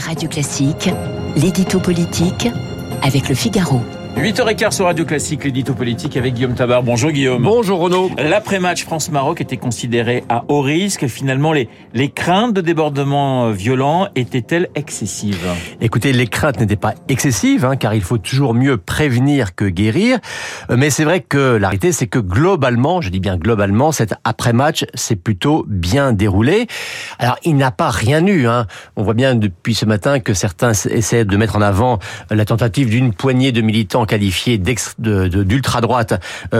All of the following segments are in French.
Radio Classique, l'édito politique avec Le Figaro. 8h15 sur Radio Classique, l'édito politique avec Guillaume Tabar. Bonjour Guillaume. Bonjour Renaud. L'après-match France-Maroc était considéré à haut risque. Finalement, les craintes de débordements violents étaient-elles excessives ? Écoutez, les craintes n'étaient pas excessives, car il faut toujours mieux prévenir que guérir. Mais c'est vrai que la réalité, c'est que globalement, je dis bien globalement, cet après-match s'est plutôt bien déroulé. Alors, il n'a pas rien eu. On voit bien depuis ce matin que certains essaient de mettre en avant la tentative d'une poignée de militants qualifiés d'ultra-droite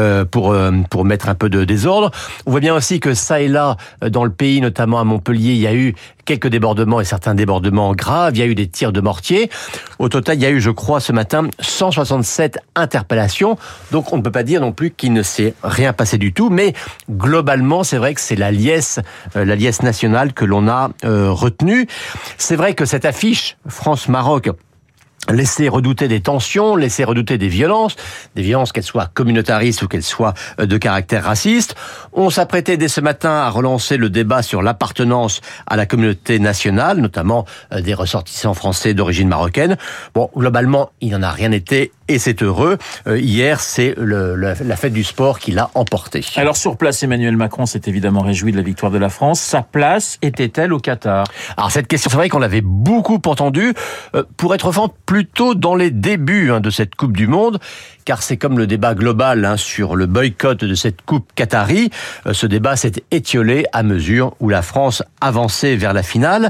pour mettre un peu de désordre. On voit bien aussi que ça et là, dans le pays, notamment à Montpellier, il y a eu quelques débordements et certains débordements graves. Il y a eu des tirs de mortier. Au total, il y a eu, je crois, ce matin, 167 interpellations. Donc, on ne peut pas dire non plus qu'il ne s'est rien passé du tout. Mais globalement, c'est vrai que c'est la liesse nationale que l'on a retenue. C'est vrai que cette affiche France-Maroc laisser redouter des tensions, laisser redouter des violences qu'elles soient communautaristes ou qu'elles soient de caractère raciste. On s'apprêtait dès ce matin à relancer le débat sur l'appartenance à la communauté nationale, notamment des ressortissants français d'origine marocaine. Bon, globalement, il n'en a rien été et c'est heureux. Hier, c'est la fête du sport qui l'a emporté. Alors sur place, Emmanuel Macron s'est évidemment réjoui de la victoire de la France. Sa place était-elle au Qatar ? Alors cette question, c'est vrai qu'on l'avait beaucoup entendue. Pour être franc, plutôt dans les débuts de cette Coupe du Monde, car c'est comme le débat global sur le boycott de cette Coupe qatari. Ce débat s'est étiolé à mesure où la France avançait vers la finale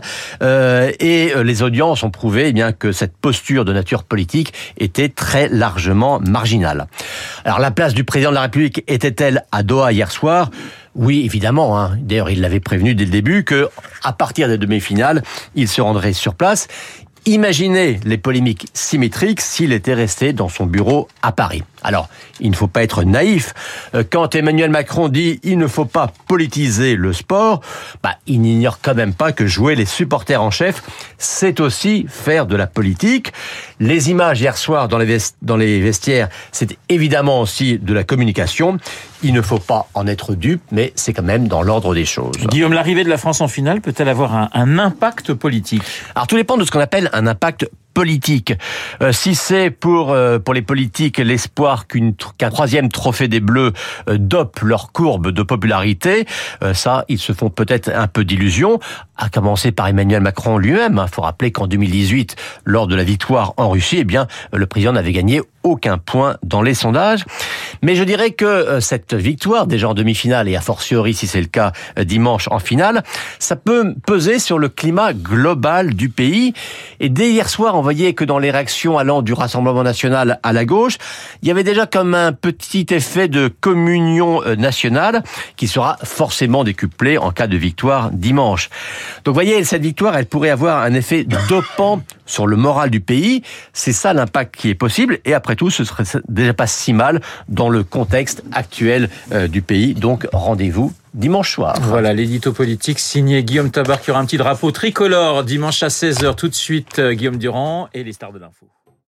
et les audiences ont prouvé que cette posture de nature politique était très largement marginale. Alors la place du président de la République était-elle à Doha hier soir ? Oui, évidemment. D'ailleurs, il l'avait prévenu dès le début que, à partir des demi-finales, il se rendrait sur place. Imaginez les polémiques symétriques s'il était resté dans son bureau à Paris. Alors, il ne faut pas être naïf. Quand Emmanuel Macron dit « il ne faut pas politiser le sport », il n'ignore quand même pas que jouer les supporters en chef, c'est aussi faire de la politique. Les images hier soir dans les vestiaires, c'est évidemment aussi de la communication. Il ne faut pas en être dupe, mais c'est quand même dans l'ordre des choses. Guillaume, l'arrivée de la France en finale peut-elle avoir un impact politique ? Alors, tout dépend de ce qu'on appelle un impact politique. Si c'est pour les politiques l'espoir qu'un troisième trophée des Bleus dope leur courbe de popularité, ça, ils se font peut-être un peu d'illusions, à commencer par Emmanuel Macron lui-même. Il faut rappeler qu'en 2018, lors de la victoire en Russie, le président n'avait gagné aucun point dans les sondages. Mais je dirais que cette victoire, déjà en demi-finale et a fortiori, si c'est le cas, dimanche en finale, ça peut peser sur le climat global du pays. Et dès hier soir, on voyait que dans les réactions allant du Rassemblement national à la gauche, il y avait déjà comme un petit effet de communion nationale qui sera forcément décuplé en cas de victoire dimanche. Donc vous voyez, cette victoire, elle pourrait avoir un effet dopant sur le moral du pays. C'est ça l'impact qui est possible. Et après tout, ce serait déjà pas si mal dans le contexte actuel du pays. Donc rendez-vous dimanche soir. Voilà, l'édito politique signé Guillaume Tabar qui aura un petit drapeau tricolore dimanche à 16h. Tout de suite, Guillaume Durand et les stars de l'info.